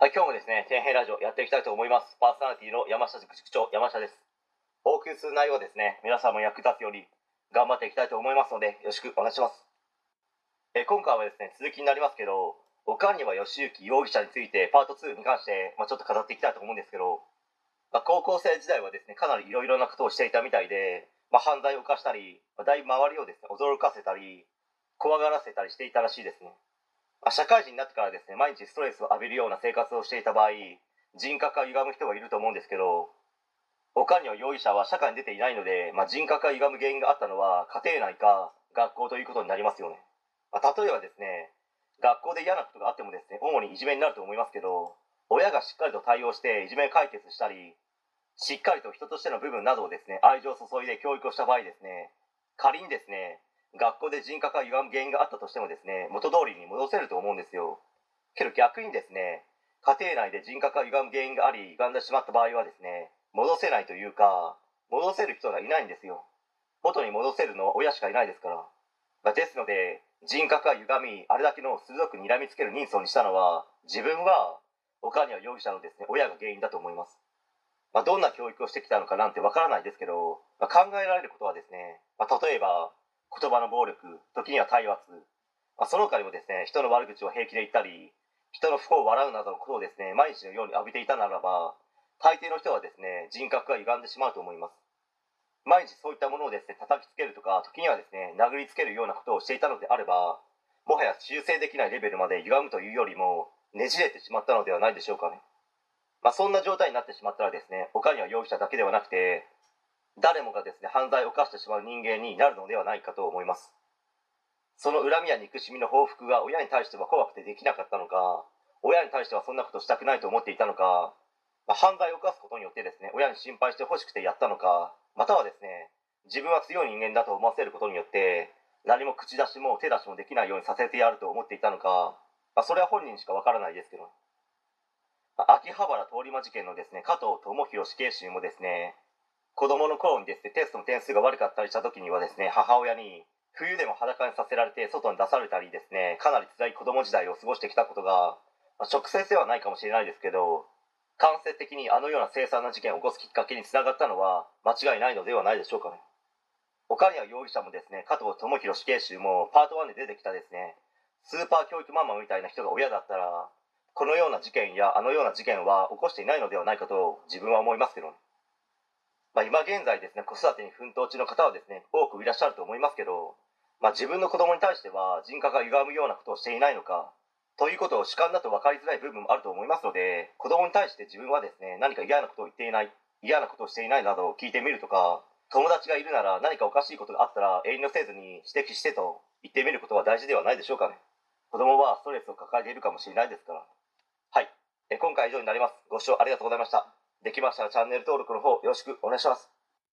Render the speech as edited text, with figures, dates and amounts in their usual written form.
はい、今日もですね、天平ラジオやっていきたいと思います。パーソナリティの山下塾塾長、山下です。お送りする内容はですね、皆さんも役立つように頑張っていきたいと思いますので、よろしくお願いします。今回はですね、続きになりますけど、岡庭義行容疑者についてパート2に関して、ちょっと語っていきたいと思うんですけど、高校生時代はですね、かなりいろいろなことをしていたみたいで、犯罪を犯したり、だいぶ周りをですね、驚かせたり、怖がらせたりしていたらしいですね。社会人になってからですね、毎日ストレスを浴びるような生活をしていた場合、人格が歪む人がいると思うんですけど、他には容疑者は社会に出ていないので、人格が歪む原因があったのは家庭内か学校ということになりますよね。例えばですね、学校で嫌なことがあってもですね、主にいじめになると思いますけど、親がしっかりと対応していじめ解決したり、しっかりと人としての部分などをですね、愛情を注いで教育をした場合ですね、仮にですね、学校で人格が歪む原因があったとしてもですね、元通りに戻せると思うんですよ。けど逆にですね、家庭内で人格が歪む原因があり歪んでしまった場合はですね、戻せないというか、戻せる人がいないんですよ。元に戻せるのは親しかいないですから。ですので、人格が歪み、あれだけの鋭く睨みつける人相にしたのは、自分は岡庭容疑者のですね、親が原因だと思います。どんな教育をしてきたのかなんてわからないですけど、考えられることはですね、例えば言葉の暴力、時には体罰、その他にもですね、人の悪口を平気で言ったり、人の不幸を笑うなどのことをですね、毎日のように浴びていたならば、大抵の人はですね、人格が歪んでしまうと思います。毎日そういったものをですね、叩きつけるとか、時にはですね、殴りつけるようなことをしていたのであれば、もはや修正できないレベルまで歪むというよりも、ねじれてしまったのではないでしょうかね。そんな状態になってしまったらですね、他には容疑者だけではなくて、誰もがですね、犯罪を犯してしまう人間になるのではないかと思います。その恨みや憎しみの報復が親に対しては怖くてできなかったのか、親に対してはそんなことしたくないと思っていたのか、犯罪を犯すことによってですね、親に心配してほしくてやったのか、またはですね、自分は強い人間だと思わせることによって、何も口出しも手出しもできないようにさせてやると思っていたのか、それは本人しかわからないですけど、秋葉原通り魔事件のですね、加藤智弘死刑囚もですね、子供の頃にですね、テストの点数が悪かったりした時にはですね、母親に冬でも裸にさせられて外に出されたりですね、かなり辛い子供時代を過ごしてきたことが、直接ではないかもしれないですけど、間接的にあのような凄惨な事件を起こすきっかけにつながったのは間違いないのではないでしょうかね。他には容疑者もですね、加藤智弘死刑囚もパート1で出てきたですね、スーパー教育ママみたいな人が親だったら、このような事件やあのような事件は起こしていないのではないかと自分は思いますけどね。今現在ですね、子育てに奮闘中の方はですね、多くいらっしゃると思いますけど、自分の子供に対しては人格が歪むようなことをしていないのか、ということを主観だと分かりづらい部分もあると思いますので、子供に対して自分はですね、何か嫌なことを言っていない、嫌なことをしていないなどを聞いてみるとか、友達がいるなら何かおかしいことがあったら遠慮せずに指摘してと言ってみることは大事ではないでしょうかね。子供はストレスを抱えているかもしれないですから。はい。今回は以上になります。ご視聴ありがとうございました。できましたらチャンネル登録の方よろしくお願いします。